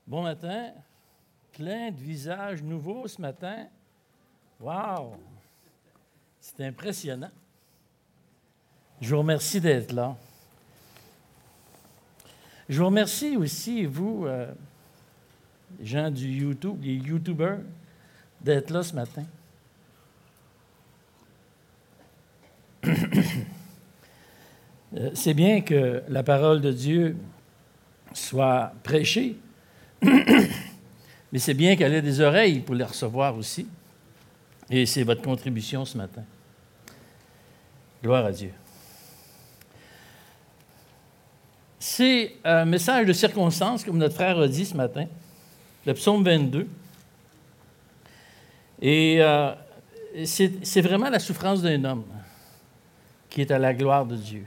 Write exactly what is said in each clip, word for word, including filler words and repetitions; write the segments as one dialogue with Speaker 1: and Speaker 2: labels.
Speaker 1: Bon matin, plein de visages nouveaux ce matin. Wow! C'est impressionnant. Je vous remercie d'être là. Je vous remercie aussi, vous, euh, gens du YouTube, les YouTubers, d'être là ce matin. C'est bien que la parole de Dieu soit prêchée, mais c'est bien qu'elle ait des oreilles pour les recevoir aussi. Et c'est votre contribution ce matin. Gloire à Dieu. C'est un message de circonstance, comme notre frère a dit ce matin, le psaume vingt-deux. Et euh, c'est, c'est vraiment la souffrance d'un homme qui est à la gloire de Dieu.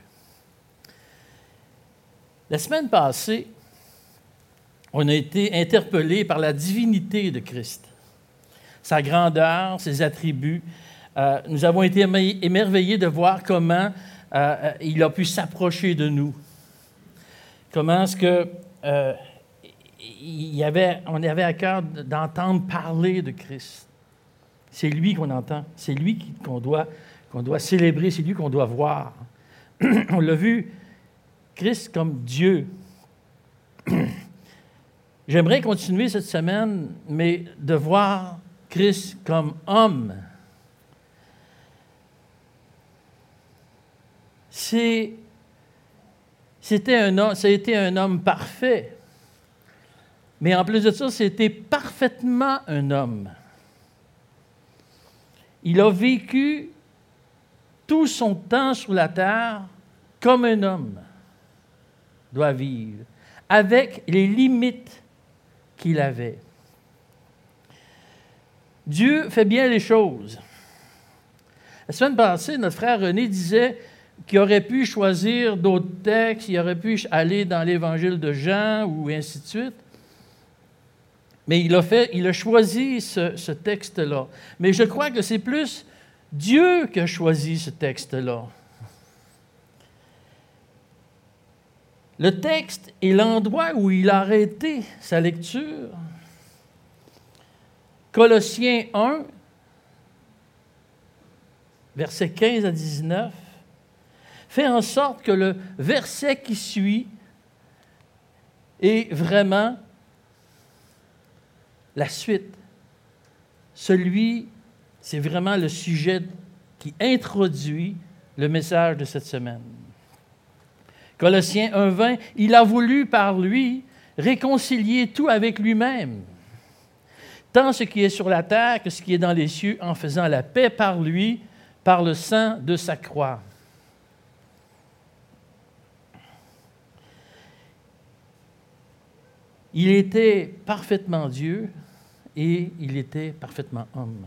Speaker 1: La semaine passée, on a été interpellé par la divinité de Christ, sa grandeur, ses attributs. Euh, nous avons été émerveillés de voir comment euh, il a pu s'approcher de nous. Comment est-ce que euh, il y avait, on avait à cœur d'entendre parler de Christ. C'est lui qu'on entend, c'est lui qu'on doit, qu'on doit célébrer, c'est lui qu'on doit voir. On l'a vu, Christ comme Dieu. J'aimerais continuer cette semaine, mais de voir Christ comme homme. C'est, c'était un homme, ça a été un homme parfait. Mais en plus de ça, c'était parfaitement un homme. Il a vécu tout son temps sur la terre comme un homme doit vivre, avec les limites qu'il avait. Dieu fait bien les choses. La semaine passée, notre frère René disait qu'il aurait pu choisir d'autres textes, il aurait pu aller dans l'Évangile de Jean ou ainsi de suite. Mais il a, fait, il a choisi ce, ce texte-là. Mais je crois que c'est plus Dieu qui a choisi ce texte-là. Le texte est l'endroit où il a arrêté sa lecture. Colossiens un, versets quinze à dix-neuf, fait en sorte que le verset qui suit est vraiment la suite. Celui, c'est vraiment le sujet qui introduit le message de cette semaine. Colossiens un vingt, il a voulu par lui réconcilier tout avec lui-même, tant ce qui est sur la terre que ce qui est dans les cieux, en faisant la paix par lui, par le sang de sa croix. Il était parfaitement Dieu et il était parfaitement homme.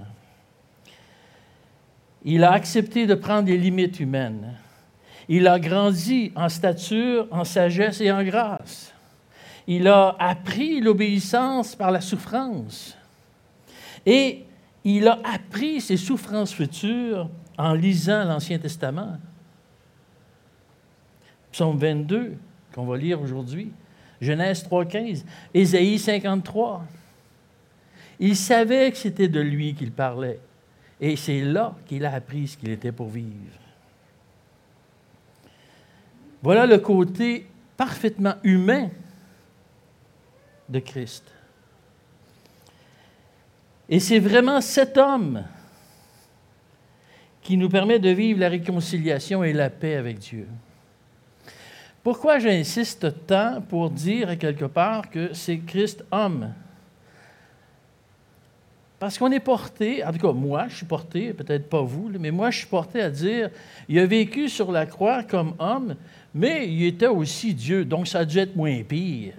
Speaker 1: Il a accepté de prendre les limites humaines. Il a grandi en stature, en sagesse et en grâce. Il a appris l'obéissance par la souffrance. Et il a appris ses souffrances futures en lisant l'Ancien Testament. Psaume vingt-deux, qu'on va lire aujourd'hui. Genèse trois quinze. Ésaïe cinquante-trois. Il savait que c'était de lui qu'il parlait. Et c'est là qu'il a appris ce qu'il était pour vivre. Voilà le côté parfaitement humain de Christ. Et c'est vraiment cet homme qui nous permet de vivre la réconciliation et la paix avec Dieu. Pourquoi j'insiste tant pour dire quelque part que c'est Christ homme? Parce qu'on est porté, en tout cas moi je suis porté, peut-être pas vous, mais moi je suis porté à dire, il a vécu sur la croix comme homme, mais il était aussi Dieu, donc ça a dû être moins pire.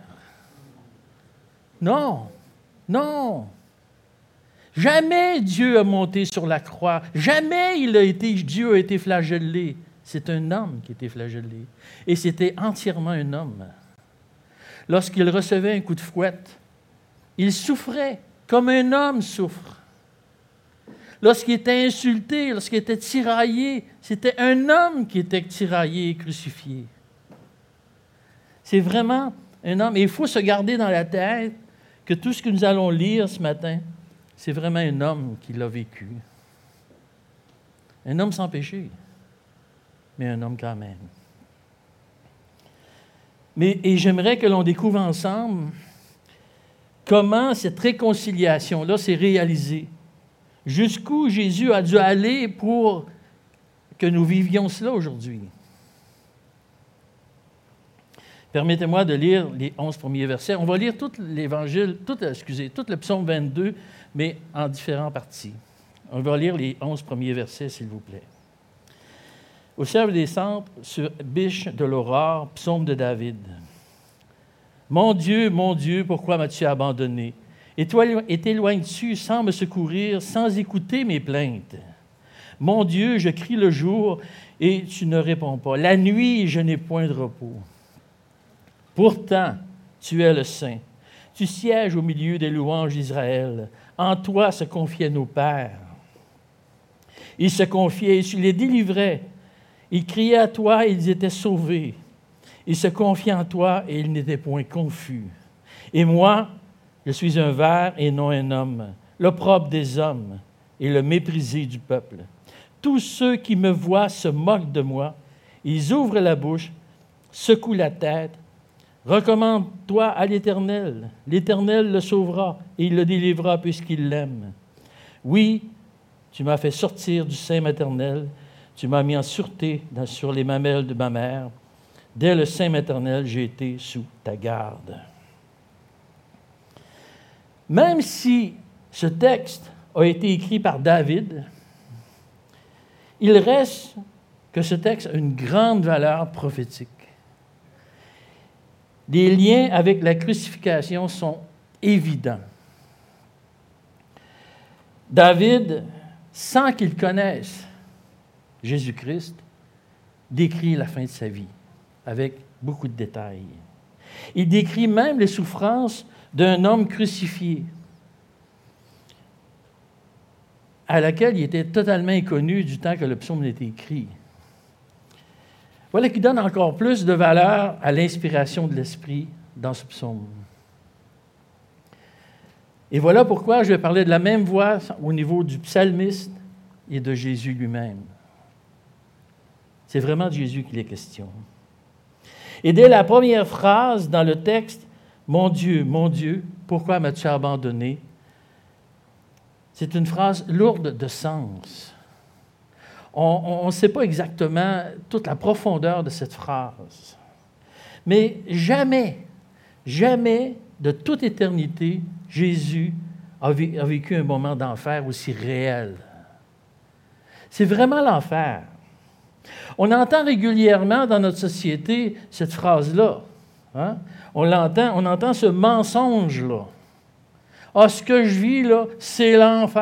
Speaker 1: Non, non. Jamais Dieu a monté sur la croix. Jamais il a été, Dieu a été flagellé. C'est un homme qui a été flagellé. Et c'était entièrement un homme. Lorsqu'il recevait un coup de fouette, il souffrait comme un homme souffre. Lorsqu'il était insulté, lorsqu'il était tiraillé, c'était un homme qui était tiraillé et crucifié. C'est vraiment un homme. Et il faut se garder dans la tête que tout ce que nous allons lire ce matin, c'est vraiment un homme qui l'a vécu. Un homme sans péché, mais un homme quand même. Mais, et j'aimerais que l'on découvre ensemble comment cette réconciliation-là s'est réalisée. Jusqu'où Jésus a dû aller pour que nous vivions cela aujourd'hui. Permettez-moi de lire les onze premiers versets. On va lire tout l'Évangile, tout, excusez, tout le psaume vingt-deux, mais en différentes parties. On va lire les onze premiers versets, s'il vous plaît. Au cercle des centres, sur biche de l'aurore, psaume de David. Mon Dieu, mon Dieu, pourquoi m'as-tu abandonné? Et toi, et t'éloignes-tu sans me secourir, sans écouter mes plaintes? Mon Dieu, je crie le jour et tu ne réponds pas. La nuit, je n'ai point de repos. Pourtant, tu es le Saint. Tu sièges au milieu des louanges d'Israël. En toi se confiaient nos pères. Ils se confiaient et tu les délivrais. Ils criaient à toi et ils étaient sauvés. Ils se confiaient en toi et ils n'étaient point confus. Et moi, je suis un ver et non un homme, l'opprobre des hommes et le méprisé du peuple. Tous ceux qui me voient se moquent de moi. Ils ouvrent la bouche, secouent la tête. Recommande-toi à l'Éternel. L'Éternel le sauvera et il le délivrera puisqu'il l'aime. Oui, tu m'as fait sortir du sein maternel. Tu m'as mis en sûreté dans, sur les mamelles de ma mère. Dès le sein maternel, j'ai été sous ta garde. Même si ce texte a été écrit par David, il reste que ce texte a une grande valeur prophétique. Les liens avec la crucifixion sont évidents. David, sans qu'il connaisse Jésus-Christ, décrit la fin de sa vie avec beaucoup de détails. Il décrit même les souffrances d'un homme crucifié, à laquelle il était totalement inconnu du temps que le psaume a été écrit. Voilà qui donne encore plus de valeur à l'inspiration de l'Esprit dans ce psaume. Et voilà pourquoi je vais parler de la même voix au niveau du psalmiste et de Jésus lui-même. C'est vraiment de Jésus qu'il est question. Et dès la première phrase dans le texte, « Mon Dieu, mon Dieu, pourquoi m'as-tu abandonné ?» C'est une phrase lourde de sens. On ne sait pas exactement toute la profondeur de cette phrase. Mais jamais, jamais, de toute éternité, Jésus a vécu un moment d'enfer aussi réel. C'est vraiment l'enfer. On entend régulièrement dans notre société cette phrase-là. Hein? On l'entend, on entend ce mensonge-là. « Ah, ce que je vis, là, c'est l'enfer. »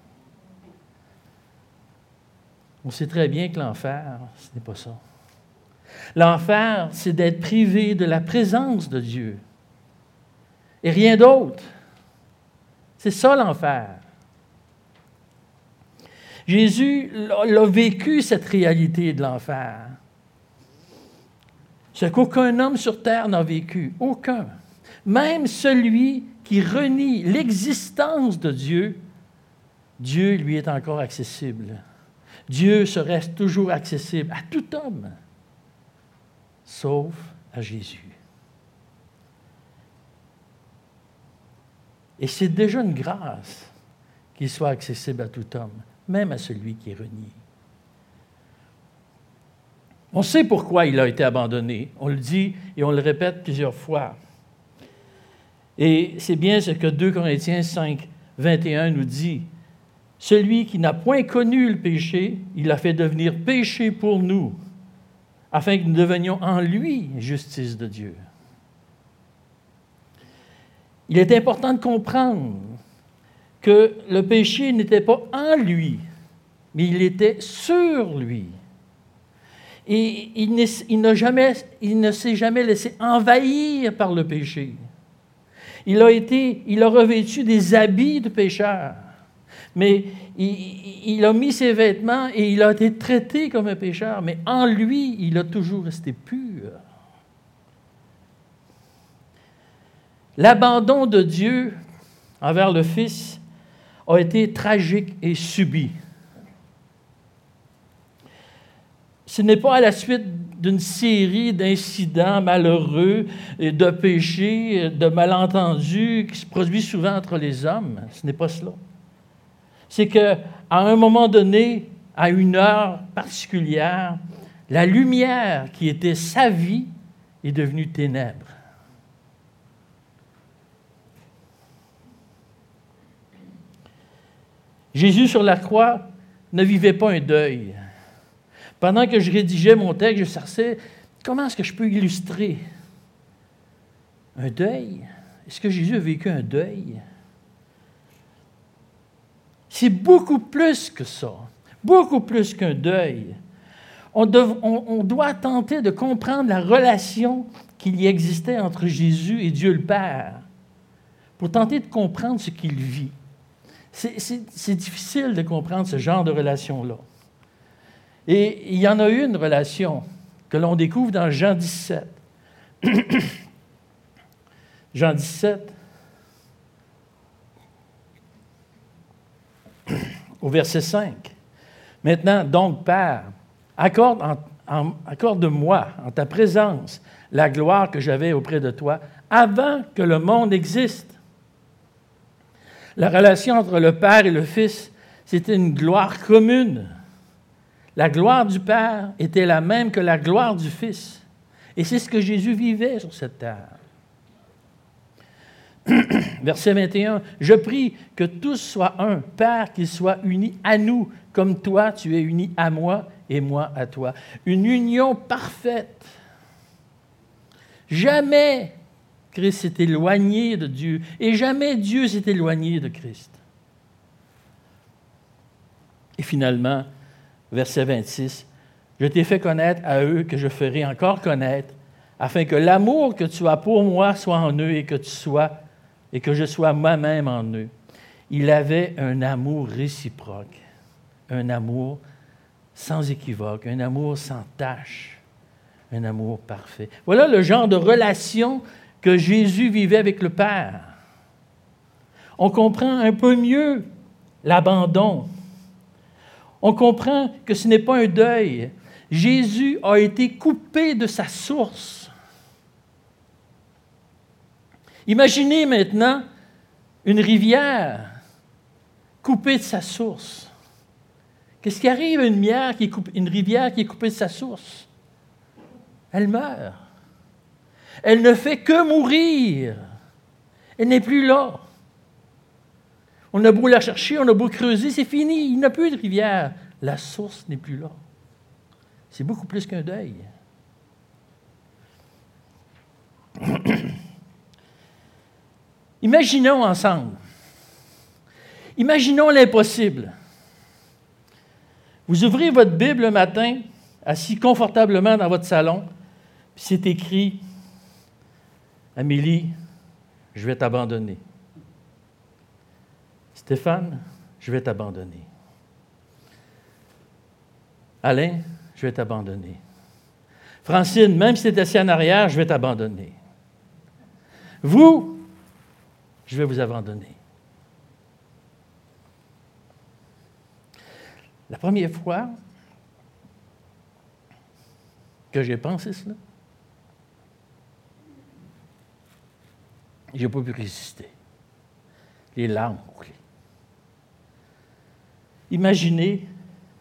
Speaker 1: On sait très bien que l'enfer, ce n'est pas ça. L'enfer, c'est d'être privé de la présence de Dieu. Et rien d'autre. C'est ça l'enfer. Jésus l'a vécu, cette réalité de l'enfer. Ce qu'aucun homme sur terre n'a vécu. Aucun. Même celui qui renie l'existence de Dieu, Dieu lui est encore accessible. Dieu se reste toujours accessible à tout homme, sauf à Jésus. Et c'est déjà une grâce qu'il soit accessible à tout homme, même à celui qui est renié. On sait pourquoi il a été abandonné. On le dit et on le répète plusieurs fois. Et c'est bien ce que deux Corinthiens cinq, vingt et un nous dit. Celui qui n'a point connu le péché, il l'a fait devenir péché pour nous, afin que nous devenions en lui justice de Dieu. Il est important de comprendre que le péché n'était pas en lui, mais il était sur lui. Et il, il, n'a jamais, il ne s'est jamais laissé envahir par le péché. Il a été, il a revêtu des habits de pécheur, mais il, il a mis ses vêtements et il a été traité comme un pécheur, mais en lui, il a toujours resté pur. L'abandon de Dieu envers le Fils a été tragique et subi. Ce n'est pas à la suite d'une série d'incidents malheureux, et de péchés, de malentendus qui se produisent souvent entre les hommes. Ce n'est pas cela. C'est qu'à un moment donné, à une heure particulière, la lumière qui était sa vie est devenue ténèbres. Jésus sur la croix ne vivait pas un deuil. Pendant que je rédigeais mon texte, je cherchais comment est-ce que je peux illustrer un deuil. Est-ce que Jésus a vécu un deuil? C'est beaucoup plus que ça, beaucoup plus qu'un deuil. On, dev, on, on doit tenter de comprendre la relation qu'il y existait entre Jésus et Dieu le Père pour tenter de comprendre ce qu'il vit. C'est, c'est, c'est difficile de comprendre ce genre de relation-là. Et il y en a une relation que l'on découvre dans Jean dix-sept. Jean dix-sept, au verset cinq. Maintenant, donc, Père, accorde en, en, accorde-moi en ta présence la gloire que j'avais auprès de toi avant que le monde existe. La relation entre le Père et le Fils, c'était une gloire commune. La gloire du Père était la même que la gloire du Fils. Et c'est ce que Jésus vivait sur cette terre. Verset vingt et un. « Je prie que tous soient un, Père, qu'ils soient unis à nous, comme toi tu es uni à moi et moi à toi. » Une union parfaite. Jamais Christ s'est éloigné de Dieu et jamais Dieu s'est éloigné de Christ. Et finalement, verset vingt-six, « Je t'ai fait connaître à eux que je ferai encore connaître, afin que l'amour que tu as pour moi soit en eux et que tu sois, et que je sois moi-même en eux. » Il avait un amour réciproque, un amour sans équivoque, un amour sans tache, un amour parfait. Voilà le genre de relation que Jésus vivait avec le Père. On comprend un peu mieux l'abandon. On comprend que ce n'est pas un deuil. Jésus a été coupé de sa source. Imaginez maintenant une rivière coupée de sa source. Qu'est-ce qui arrive à une, rivière qui est coupée, une rivière qui est coupée de sa source? Elle meurt. Elle ne fait que mourir. Elle n'est plus là. On a beau la chercher, on a beau creuser, c'est fini. Il n'y a plus de rivière. La source n'est plus là. C'est beaucoup plus qu'un deuil. Imaginons ensemble. Imaginons l'impossible. Vous ouvrez votre Bible le matin, assis confortablement dans votre salon, puis c'est écrit « Amélie, je vais t'abandonner. Stéphane, je vais t'abandonner. Alain, je vais t'abandonner. Francine, même si tu es assis en arrière, je vais t'abandonner. Vous, je vais vous abandonner. » La première fois que j'ai pensé cela, je n'ai pas pu résister. Les larmes ont coulé. Imaginez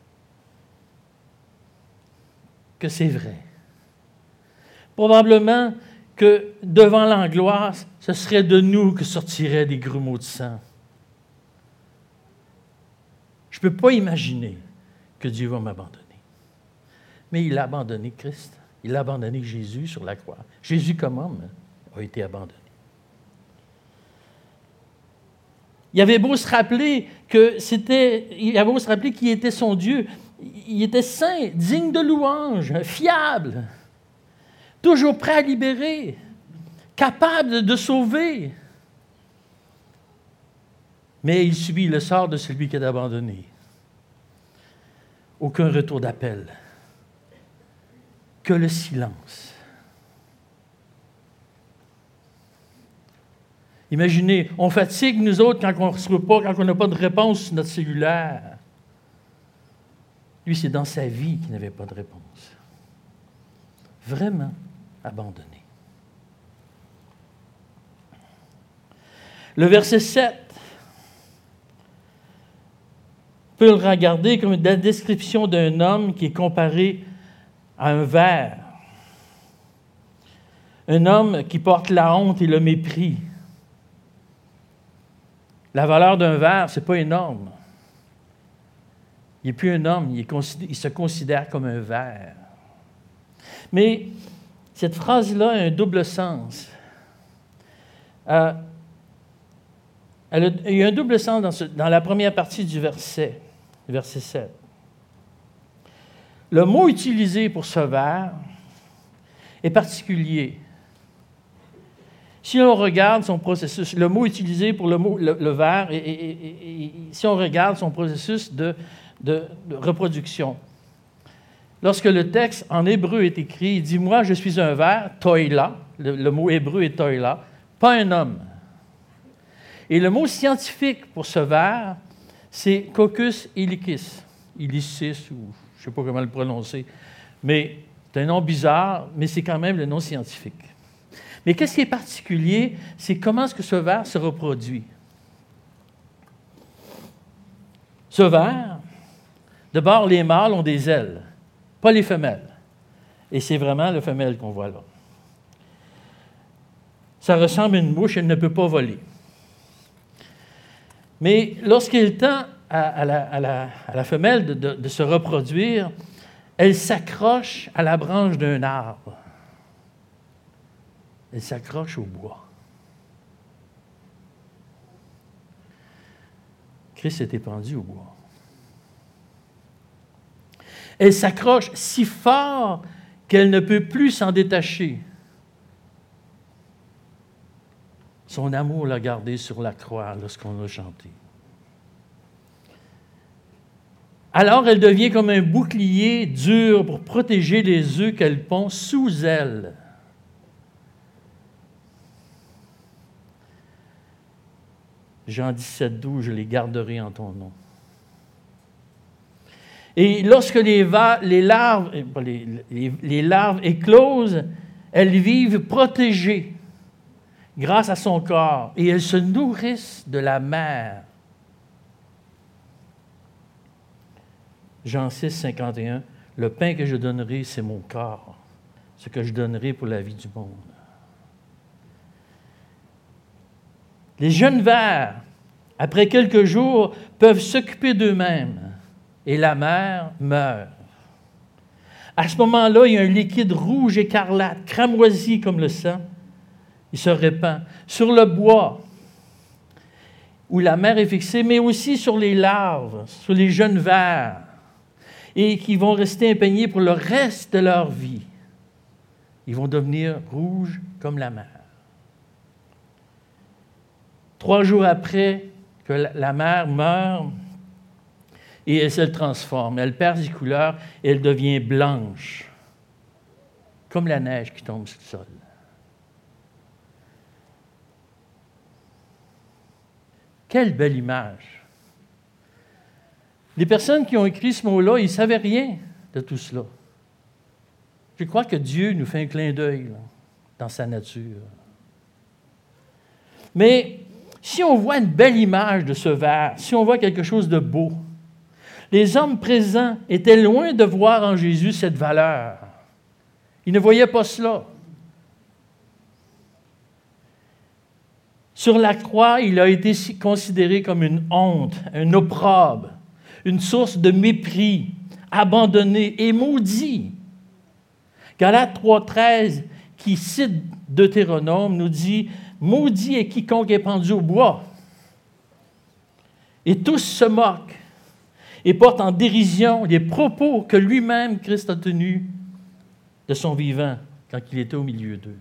Speaker 1: que c'est vrai. Probablement que devant l'angoisse, ce serait de nous que sortiraient des grumeaux de sang. Je ne peux pas imaginer que Dieu va m'abandonner. Mais il a abandonné Christ. Il a abandonné Jésus sur la croix. Jésus, comme homme, a été abandonné. Il avait beau se rappeler que c'était, il avait beau se rappeler qu'il était son Dieu. Il était saint, digne de louange, fiable, toujours prêt à libérer, capable de sauver. Mais il subit le sort de celui qui est abandonné. Aucun retour d'appel, que le silence. Imaginez, on fatigue nous autres quand on ne reçoit pas, quand on n'a pas de réponse sur notre cellulaire. Lui, c'est dans sa vie qu'il n'avait pas de réponse. Vraiment abandonné. Le verset sept, on peut le regarder comme la description d'un homme qui est comparé à un ver. Un homme qui porte la honte et le mépris. La valeur d'un ver, ce n'est pas énorme. Il n'est plus un homme, il, est considéré, il se considère comme un ver. Mais cette phrase-là a un double sens. Euh, elle a, il y a un double sens dans, ce, dans la première partie du verset, verset sept. Le mot utilisé pour ce ver est particulier. Si on regarde son processus, le mot utilisé pour le, mot, le, le ver, et, et, et, et, si on regarde son processus de, de, de reproduction, lorsque le texte en hébreu est écrit, il dit « Moi, je suis un ver, toila », le, le mot hébreu est toila, pas un homme. Et le mot scientifique pour ce ver, c'est Coccus ilicis, ilicis, ou je ne sais pas comment le prononcer, mais c'est un nom bizarre, mais c'est quand même le nom scientifique. Mais qu'est-ce qui est particulier, c'est comment est-ce que ce ver se reproduit. Ce ver, d'abord, les mâles ont des ailes, pas les femelles. Et c'est vraiment la femelle qu'on voit là. Ça ressemble à une mouche, elle ne peut pas voler. Mais lorsqu'il tend à, à, la, à, la, à la femelle de, de, de se reproduire, elle s'accroche à la branche d'un arbre. Elle s'accroche au bois. Christ était pendu au bois. Elle s'accroche si fort qu'elle ne peut plus s'en détacher. Son amour l'a gardé sur la croix lorsqu'on l'a chanté. Alors elle devient comme un bouclier dur pour protéger les œufs qu'elle pond sous elle. Jean dix-sept, douze, je les garderai en ton nom. Et lorsque les, va, les, larves, les, les, les larves éclosent, elles vivent protégées grâce à son corps et elles se nourrissent de la mère. Jean six, cinquante et un, le pain que je donnerai, c'est mon corps, ce que je donnerai pour la vie du monde. Les jeunes vers, après quelques jours, peuvent s'occuper d'eux-mêmes et la mère meurt. À ce moment-là, il y a un liquide rouge écarlate, cramoisi comme le sang. Il se répand sur le bois où la mère est fixée, mais aussi sur les larves, sur les jeunes vers, et qui vont rester imprégnés pour le reste de leur vie. Ils vont devenir rouges comme la mère. Trois jours après que la mère meurt, et elle se transforme, elle perd ses couleurs et elle devient blanche, comme la neige qui tombe sur le sol. Quelle belle image! Les personnes qui ont écrit ce mot-là, ils ne savaient rien de tout cela. Je crois que Dieu nous fait un clin d'œil là, dans sa nature. Mais si on voit une belle image de ce ver, si on voit quelque chose de beau, les hommes présents étaient loin de voir en Jésus cette valeur. Ils ne voyaient pas cela. Sur la croix, il a été considéré comme une honte, un opprobre, une source de mépris, abandonné et maudit. Galates trois, treize, qui cite Deutéronome, nous dit « Maudit est quiconque est pendu au bois. » Et tous se moquent et portent en dérision les propos que lui-même, Christ, a tenus de son vivant quand il était au milieu d'eux.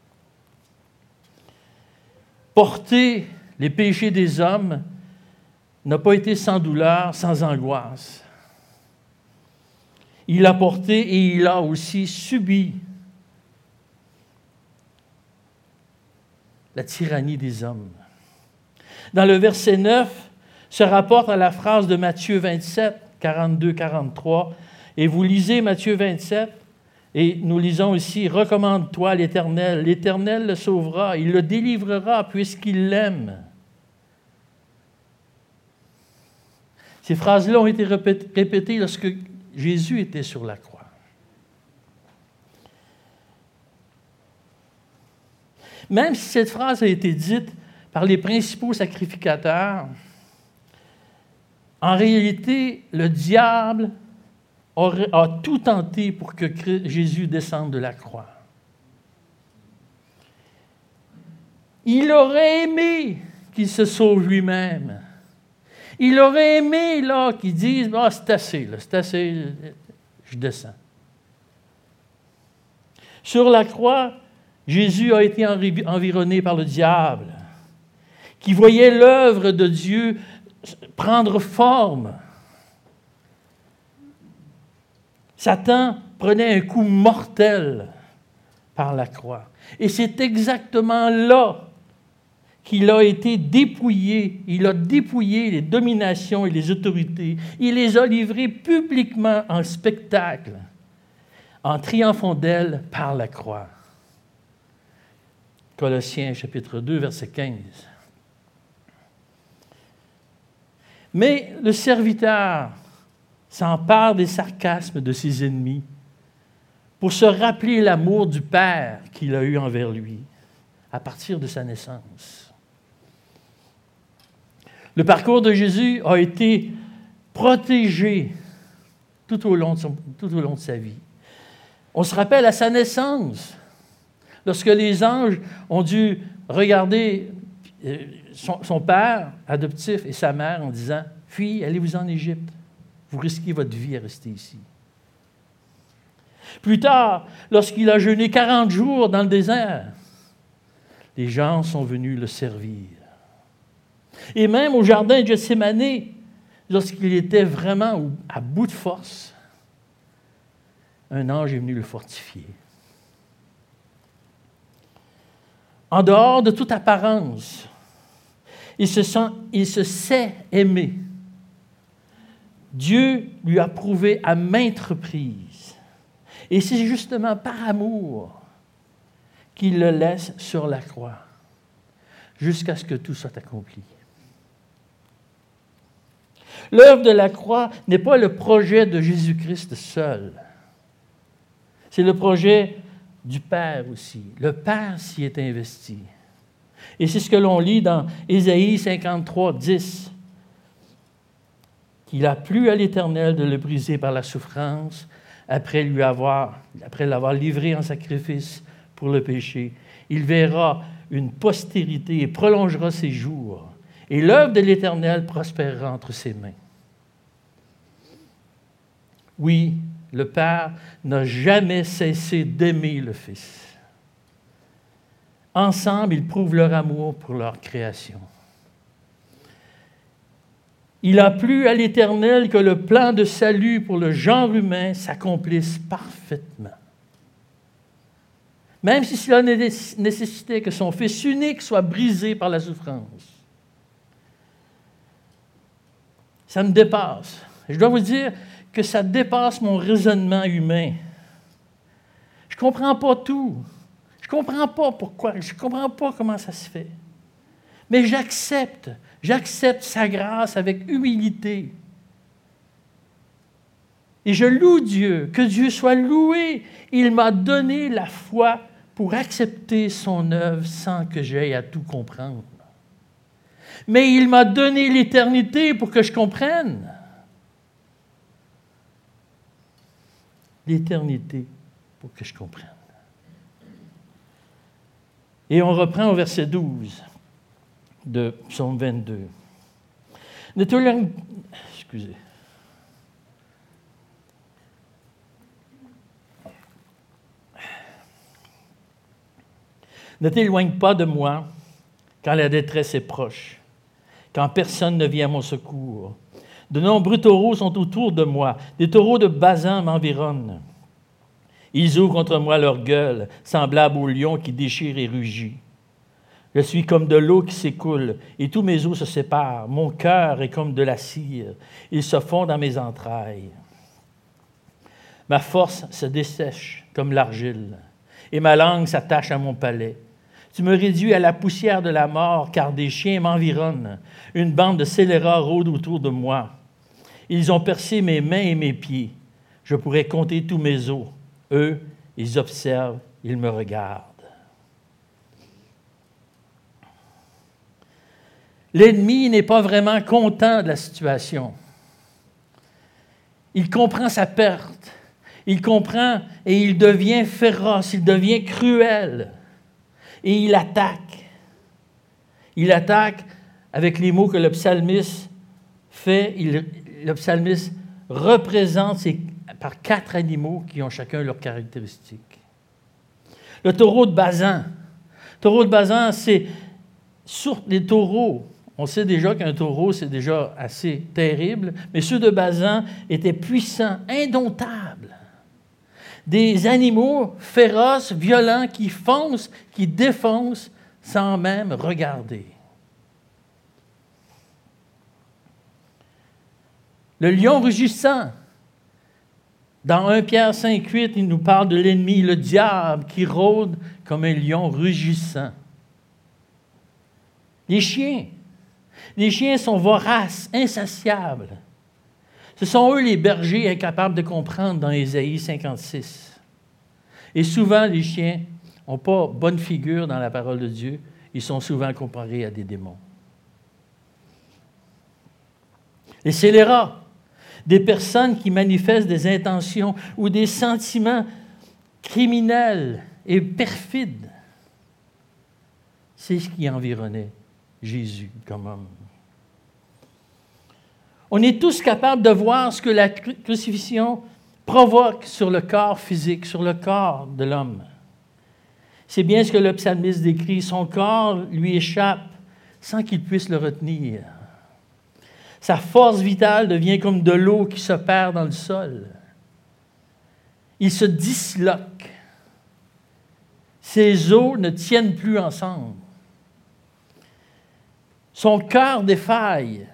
Speaker 1: Porter les péchés des hommes n'a pas été sans douleur, sans angoisse. Il a porté et il a aussi subi la tyrannie des hommes. Dans le verset neuf, se rapporte à la phrase de Matthieu vingt-sept, quarante-deux à quarante-trois. Et vous lisez Matthieu vingt-sept, et nous lisons ici « Recommande-toi à l'Éternel, l'Éternel le sauvera, il le délivrera puisqu'il l'aime. » Ces phrases-là ont été répétées lorsque Jésus était sur la croix. Même si cette phrase a été dite par les principaux sacrificateurs, en réalité, le diable aurait, a tout tenté pour que Jésus descende de la croix. Il aurait aimé qu'il se sauve lui-même. Il aurait aimé là, qu'il dise « Ah, c'est assez, là, c'est assez, je descends. » Sur la croix, Jésus a été environné par le diable, qui voyait l'œuvre de Dieu prendre forme. Satan prenait un coup mortel par la croix. Et c'est exactement là qu'il a été dépouillé. Il a dépouillé les dominations et les autorités. Il les a livrées publiquement en spectacle, en triomphant d'elles par la croix. Colossiens chapitre deux, verset quinze. Mais le serviteur s'empare des sarcasmes de ses ennemis pour se rappeler l'amour du Père qu'il a eu envers lui à partir de sa naissance. Le parcours de Jésus a été protégé tout au long de, son, tout au long de sa vie. On se rappelle à sa naissance, lorsque les anges ont dû regarder son, son père adoptif et sa mère en disant « Fille, allez-vous en Égypte, vous risquez votre vie à rester ici. » Plus tard, lorsqu'il a jeûné quarante jours dans le désert, les gens sont venus le servir. Et même au jardin de Gethsémani, lorsqu'il était vraiment à bout de force, un ange est venu le fortifier. En dehors de toute apparence, il se sent, il se sait aimer. Dieu lui a prouvé à maintes reprises. Et c'est justement par amour qu'il le laisse sur la croix, jusqu'à ce que tout soit accompli. L'œuvre de la croix n'est pas le projet de Jésus-Christ seul. C'est le projet du Père aussi. Le Père s'y est investi. Et c'est ce que l'on lit dans Ésaïe cinquante-trois, dix. Qu'il a plu à l'Éternel de le briser par la souffrance, après lui avoir, après l'avoir livré en sacrifice pour le péché. Il verra une postérité et prolongera ses jours. Et l'œuvre de l'Éternel prospérera entre ses mains. Oui, le Père n'a jamais cessé d'aimer le Fils. Ensemble, ils prouvent leur amour pour leur création. Il a plu à l'Éternel que le plan de salut pour le genre humain s'accomplisse parfaitement. Même si cela nécessitait que son Fils unique soit brisé par la souffrance. Ça me dépasse. Je dois vous dire que ça dépasse mon raisonnement humain. Je ne comprends pas tout. Je ne comprends pas pourquoi. Je ne comprends pas comment ça se fait. Mais j'accepte. J'accepte sa grâce avec humilité. Et je loue Dieu. Que Dieu soit loué. Il m'a donné la foi pour accepter son œuvre sans que j'aie à tout comprendre. Mais il m'a donné l'éternité pour que je comprenne. L'éternité pour que je comprenne. Et on reprend au verset douze de Psaume vingt-deux. Ne t'éloigne, excusez. Ne t'éloigne pas de moi quand la détresse est proche, quand personne ne vient à mon secours. De nombreux taureaux sont autour de moi, des taureaux de Basan m'environnent. Ils ouvrent contre moi leur gueule, semblables aux lions qui déchirent et rugissent. Je suis comme de l'eau qui s'écoule, et tous mes os se séparent. Mon cœur est comme de la cire, il se fond dans mes entrailles. Ma force se dessèche comme l'argile, et ma langue s'attache à mon palais. Tu me réduis à la poussière de la mort, car des chiens m'environnent. Une bande de scélérats rôde autour de moi. Ils ont percé mes mains et mes pieds. Je pourrais compter tous mes os. Eux, ils observent, ils me regardent. L'ennemi n'est pas vraiment content de la situation. Il comprend sa perte. Il comprend et il devient féroce, il devient cruel. Et il attaque. Il attaque avec les mots que le psalmiste fait. Il, le psalmiste représente ces, par quatre animaux qui ont chacun leurs caractéristiques. Le taureau de Basan. Le taureau de Basan, c'est sur les taureaux. On sait déjà qu'un taureau, c'est déjà assez terrible, mais ceux de Basan étaient puissants, indomptables. Des animaux féroces, violents, qui foncent, qui défoncent sans même regarder. Le lion rugissant. Dans premier Pierre cinq huit, il nous parle de l'ennemi, le diable, qui rôde comme un lion rugissant. Les chiens. Les chiens sont voraces, insatiables. Ce sont eux les bergers incapables de comprendre dans Ésaïe cinquante-six. Et souvent, les chiens n'ont pas bonne figure dans la parole de Dieu. Ils sont souvent comparés à des démons. Les scélérats, des personnes qui manifestent des intentions ou des sentiments criminels et perfides. C'est ce qui environnait Jésus comme homme. On est tous capables de voir ce que la crucifixion provoque sur le corps physique, sur le corps de l'homme. C'est bien ce que le psalmiste décrit. Son corps lui échappe sans qu'il puisse le retenir. Sa force vitale devient comme de l'eau qui se perd dans le sol. Il se disloque. Ses os ne tiennent plus ensemble. Son cœur défaille.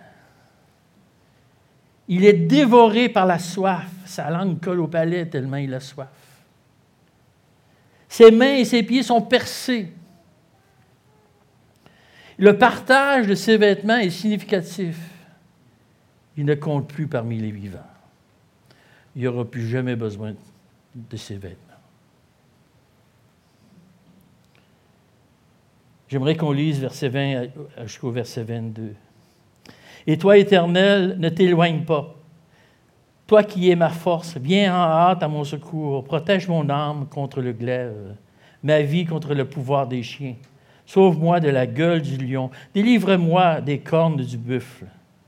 Speaker 1: Il est dévoré par la soif. Sa langue colle au palais tellement il a soif. Ses mains et ses pieds sont percés. Le partage de ses vêtements est significatif. Il ne compte plus parmi les vivants. Il n'y aura plus jamais besoin de ses vêtements. J'aimerais qu'on lise verset vingt jusqu'au verset vingt-deux. « Et toi, Éternel, ne t'éloigne pas. Toi qui es ma force, viens en hâte à mon secours. Protège mon âme contre le glaive, ma vie contre le pouvoir des chiens. Sauve-moi de la gueule du lion. Délivre-moi des cornes du buffle. »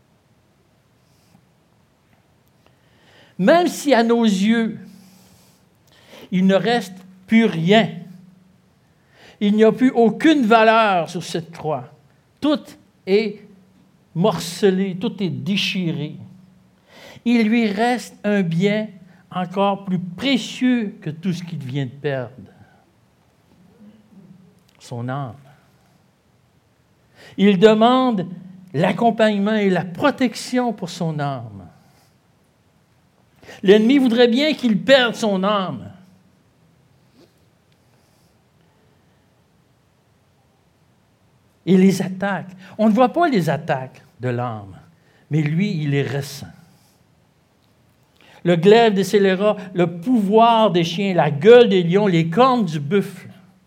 Speaker 1: Même si à nos yeux, il ne reste plus rien, il n'y a plus aucune valeur sur cette croix. Tout est morcelé, tout est déchiré. Il lui reste un bien encore plus précieux que tout ce qu'il vient de perdre. Son âme. Il demande l'accompagnement et la protection pour son âme. L'ennemi voudrait bien qu'il perde son âme. Et les attaques. On ne voit pas les attaques de l'âme, mais lui, il les ressent. Le glaive des scélérats, le pouvoir des chiens, la gueule des lions, les cornes du buffle.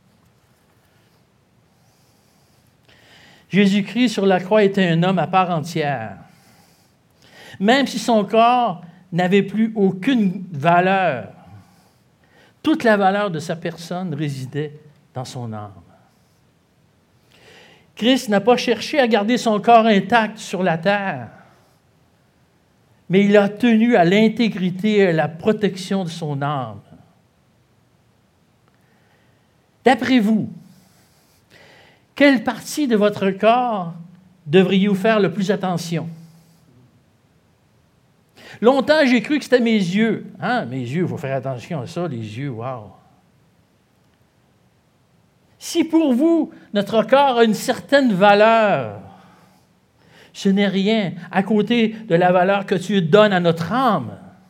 Speaker 1: Jésus-Christ sur la croix était un homme à part entière. Même si son corps n'avait plus aucune valeur, toute la valeur de sa personne résidait dans son âme. Christ n'a pas cherché à garder son corps intact sur la terre, mais il a tenu à l'intégrité et à la protection de son âme. D'après vous, quelle partie de votre corps devriez-vous faire le plus attention? Longtemps, j'ai cru que c'était mes yeux. Hein? Mes yeux, il faut faire attention à ça, les yeux, wow! Si pour vous, notre corps a une certaine valeur, ce n'est rien à côté de la valeur que Dieu donne à notre âme.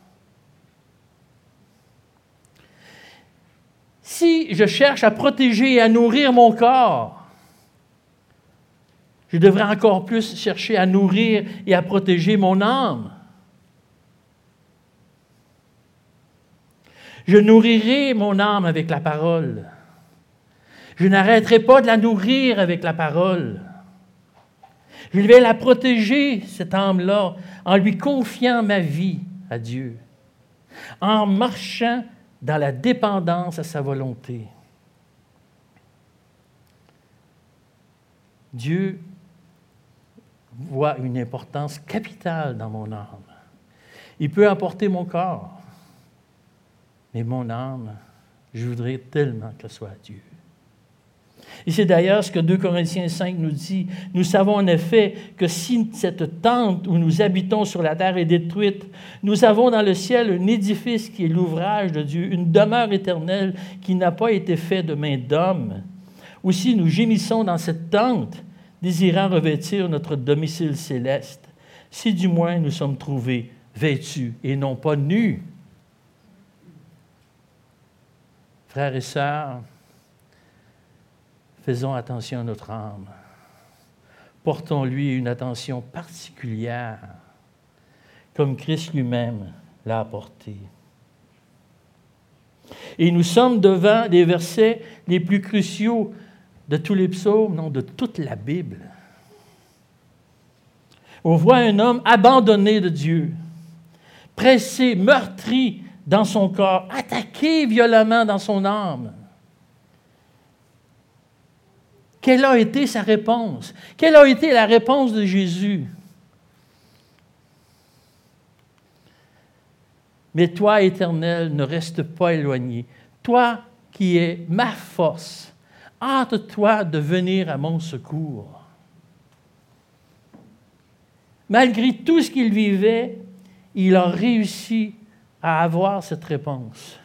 Speaker 1: Si je cherche à protéger et à nourrir mon corps, je devrais encore plus chercher à nourrir et à protéger mon âme. Je nourrirai mon âme avec la parole. Je n'arrêterai pas de la nourrir avec la parole. Je vais la protéger, cette âme-là, en lui confiant ma vie à Dieu, en marchant dans la dépendance à sa volonté. Dieu voit une importance capitale dans mon âme. Il peut emporter mon corps, mais mon âme, je voudrais tellement qu'elle soit à Dieu. Et c'est d'ailleurs ce que deux Corinthiens cinq nous dit. Nous savons en effet que si cette tente où nous habitons sur la terre est détruite, nous avons dans le ciel un édifice qui est l'ouvrage de Dieu, une demeure éternelle qui n'a pas été faite de main d'homme. Aussi, nous gémissons dans cette tente, désirant revêtir notre domicile céleste, si du moins nous sommes trouvés vêtus et non pas nus. Frères et sœurs, faisons attention à notre âme. Portons-lui une attention particulière, comme Christ lui-même l'a apporté. Et nous sommes devant les versets les plus cruciaux de tous les psaumes, non, de toute la Bible. On voit un homme abandonné de Dieu, pressé, meurtri dans son corps, attaqué violemment dans son âme. Quelle a été sa réponse? Quelle a été la réponse de Jésus? Mais toi, Éternel, ne reste pas éloigné. Toi qui es ma force, hâte-toi de venir à mon secours. Malgré tout ce qu'il vivait, il a réussi à avoir cette réponse.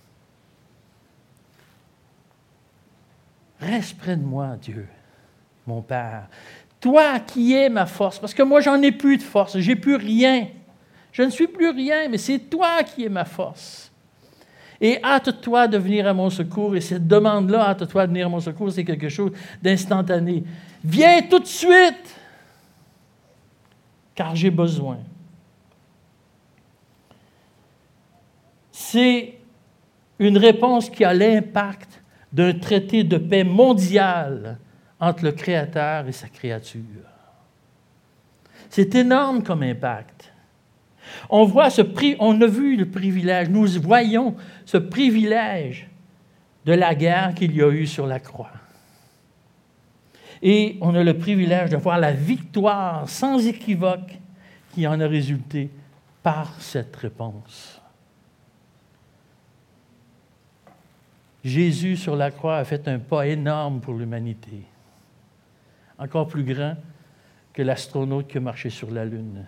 Speaker 1: Reste près de moi, Dieu, mon Père. Toi qui es ma force, parce que moi, j'en ai plus de force, j'ai plus rien. Je ne suis plus rien, mais c'est toi qui es ma force. Et hâte-toi de venir à mon secours. Et cette demande-là, hâte-toi de venir à mon secours, c'est quelque chose d'instantané. Viens tout de suite, car j'ai besoin. C'est une réponse qui a l'impact d'un traité de paix mondial entre le Créateur et sa créature. C'est énorme comme impact. On voit ce pri- on a vu le privilège, nous voyons ce privilège de la guerre qu'il y a eu sur la croix. Et on a le privilège de voir la victoire sans équivoque qui en a résulté par cette réponse. Jésus sur la croix a fait un pas énorme pour l'humanité, encore plus grand que l'astronaute qui a marché sur la Lune.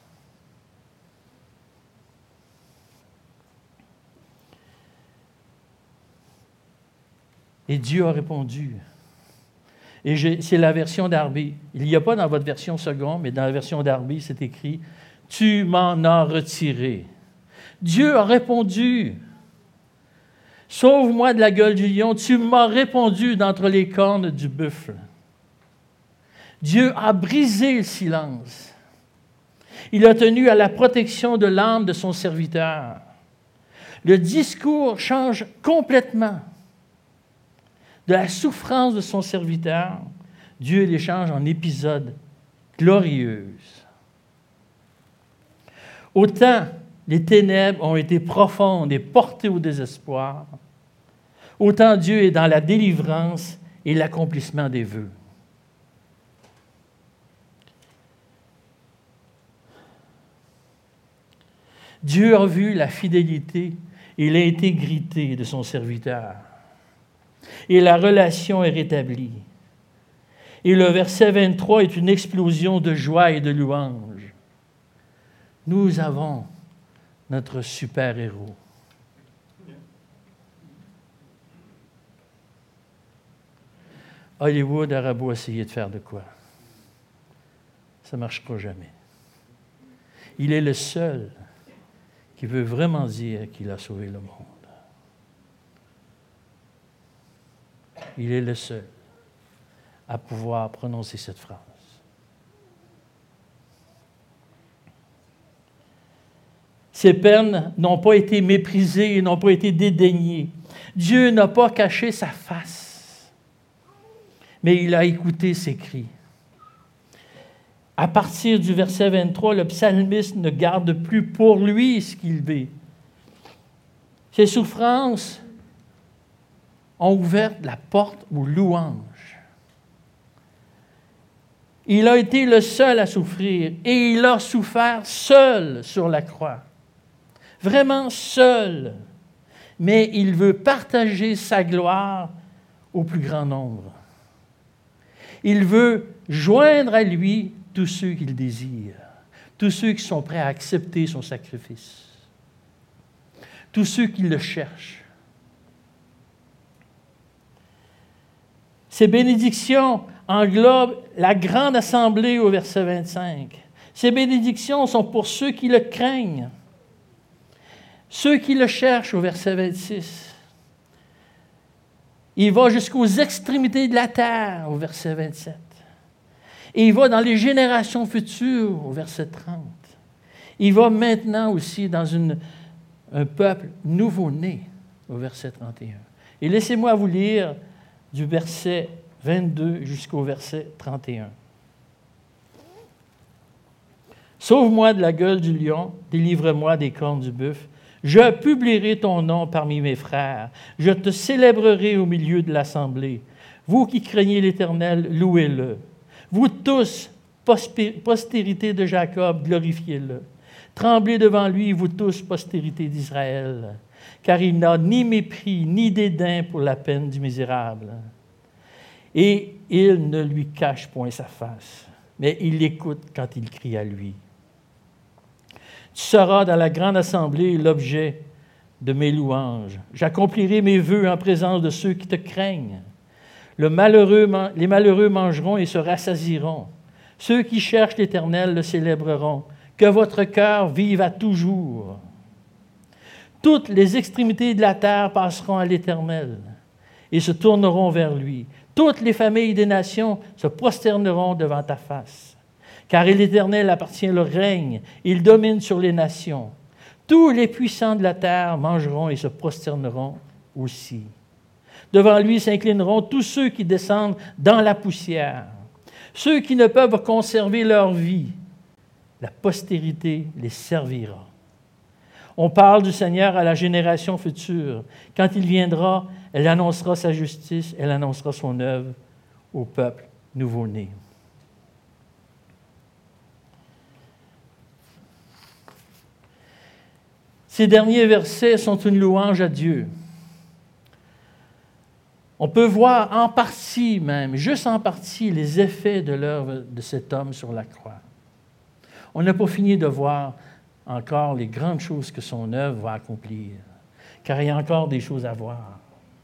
Speaker 1: Et Dieu a répondu. Et j'ai, c'est la version Darby. Il n'y a pas dans votre version seconde, mais dans la version Darby, c'est écrit « Tu m'en as retiré ». Dieu a répondu. « Sauve-moi de la gueule du lion, tu m'as répondu d'entre les cornes du buffle. » Dieu a brisé le silence. Il a tenu à la protection de l'âme de son serviteur. Le discours change complètement. De la souffrance de son serviteur, Dieu les change en épisodes glorieuses. Autant les ténèbres ont été profondes et portées au désespoir, autant Dieu est dans la délivrance et l'accomplissement des vœux. Dieu a vu la fidélité et l'intégrité de son serviteur. Et la relation est rétablie. Et le verset vingt-trois est une explosion de joie et de louange. Nous avons notre super-héros. Hollywood aura beau essayer de faire de quoi. Ça ne marchera jamais. Il est le seul qui veut vraiment dire qu'il a sauvé le monde. Il est le seul à pouvoir prononcer cette phrase. Ces peines n'ont pas été méprisées et n'ont pas été dédaignées. Dieu n'a pas caché sa face, mais il a écouté ses cris. À partir du verset vingt-trois, le psalmiste ne garde plus pour lui ce qu'il vit. Ses souffrances ont ouvert la porte aux louanges. Il a été le seul à souffrir et il a souffert seul sur la croix. Vraiment seul. Mais il veut partager sa gloire au plus grand nombre. Il veut joindre à lui tous ceux qu'il désire, tous ceux qui sont prêts à accepter son sacrifice, tous ceux qui le cherchent. Ces bénédictions englobent la grande assemblée au verset vingt-cinq. Ces bénédictions sont pour ceux qui le craignent, ceux qui le cherchent au verset vingt-six. Il va jusqu'aux extrémités de la terre au verset vingt-sept. Et il va dans les générations futures au verset trente. Il va maintenant aussi dans une, un peuple nouveau-né au verset trente et un. Et laissez-moi vous lire du verset vingt-deux jusqu'au verset trente et un. Sauve-moi de la gueule du lion, délivre-moi des cornes du bœuf. Je publierai ton nom parmi mes frères. Je te célébrerai au milieu de l'assemblée. Vous qui craignez l'Éternel, louez-le. Vous tous, postérité de Jacob, glorifiez-le. Tremblez devant lui, vous tous, postérité d'Israël, car il n'a ni mépris, ni dédain pour la peine du misérable. Et il ne lui cache point sa face, mais il l'écoute quand il crie à lui. Tu seras dans la grande assemblée l'objet de mes louanges. J'accomplirai mes vœux en présence de ceux qui te craignent. Le malheureux, les malheureux mangeront et se rassasieront. Ceux qui cherchent l'Éternel le célébreront. Que votre cœur vive à toujours. Toutes les extrémités de la terre passeront à l'Éternel et se tourneront vers lui. Toutes les familles des nations se prosterneront devant ta face. Car à l'Éternel appartient le règne, il domine sur les nations. Tous les puissants de la terre mangeront et se prosterneront aussi. Devant lui s'inclineront tous ceux qui descendent dans la poussière, ceux qui ne peuvent conserver leur vie. La postérité les servira. On parle du Seigneur à la génération future. Quand il viendra, elle annoncera sa justice, elle annoncera son œuvre au peuple nouveau-né. Ces derniers versets sont une louange à Dieu. On peut voir en partie même, juste en partie, les effets de l'œuvre de cet homme sur la croix. On n'a pas fini de voir encore les grandes choses que son œuvre va accomplir, car il y a encore des choses à voir.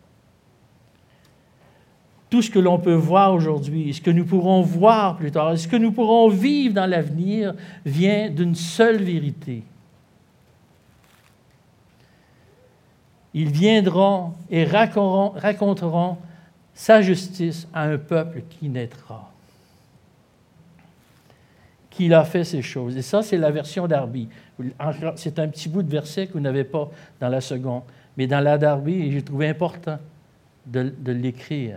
Speaker 1: Tout ce que l'on peut voir aujourd'hui, ce que nous pourrons voir plus tard, ce que nous pourrons vivre dans l'avenir, vient d'une seule vérité. Ils viendront et raconteront, raconteront sa justice à un peuple qui naîtra, qu'il a fait ces choses. Et ça, c'est la version Darby. C'est un petit bout de verset que vous n'avez pas dans la seconde, mais dans la Darby, j'ai trouvé important de, de l'écrire.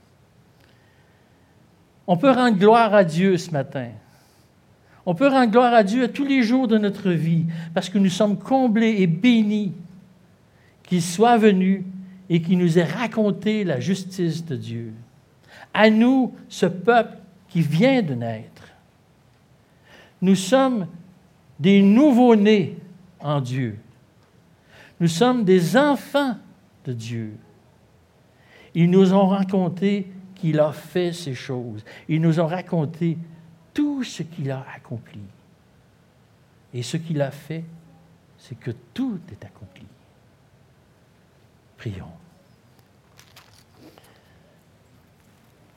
Speaker 1: On peut rendre gloire à Dieu ce matin. On peut rendre gloire à Dieu à tous les jours de notre vie, parce que nous sommes comblés et bénis qu'il soit venu et qu'il nous ait raconté la justice de Dieu. À nous, ce peuple qui vient de naître. Nous sommes des nouveau-nés en Dieu. Nous sommes des enfants de Dieu. Ils nous ont raconté qu'il a fait ces choses. Ils nous ont raconté tout ce qu'il a accompli. Et ce qu'il a fait, c'est que tout est accompli. Prions.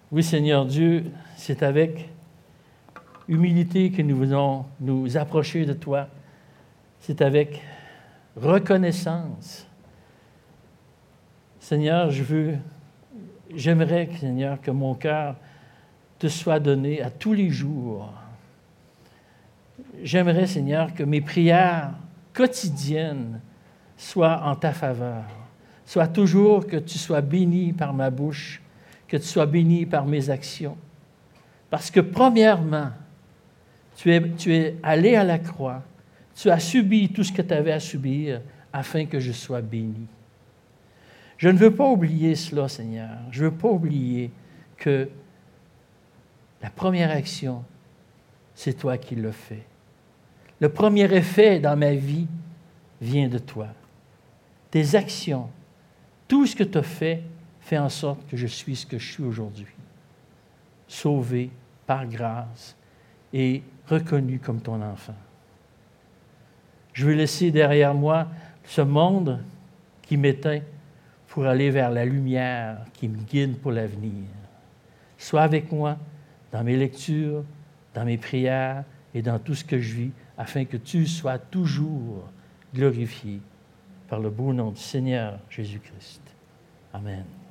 Speaker 1: Oui, Seigneur Dieu, c'est avec humilité que nous voulons nous approcher de toi. C'est avec reconnaissance. Seigneur, je veux, j'aimerais, Seigneur, que mon cœur te soit donné à tous les jours. J'aimerais, Seigneur, que mes prières quotidiennes soient en ta faveur. Soit toujours que tu sois béni par ma bouche, que tu sois béni par mes actions. Parce que, premièrement, tu es, tu es allé à la croix, tu as subi tout ce que tu avais à subir afin que je sois béni. Je ne veux pas oublier cela, Seigneur. Je ne veux pas oublier que la première action, c'est toi qui l'as fait. Le premier effet dans ma vie vient de toi. Tes actions, tout ce que tu as fait, fait en sorte que je suis ce que je suis aujourd'hui. Sauvé par grâce et reconnu comme ton enfant. Je veux laisser derrière moi ce monde qui m'éteint pour aller vers la lumière qui me guide pour l'avenir. Sois avec moi dans mes lectures, dans mes prières et dans tout ce que je vis, afin que tu sois toujours glorifié par le beau nom du Seigneur Jésus-Christ. Amen.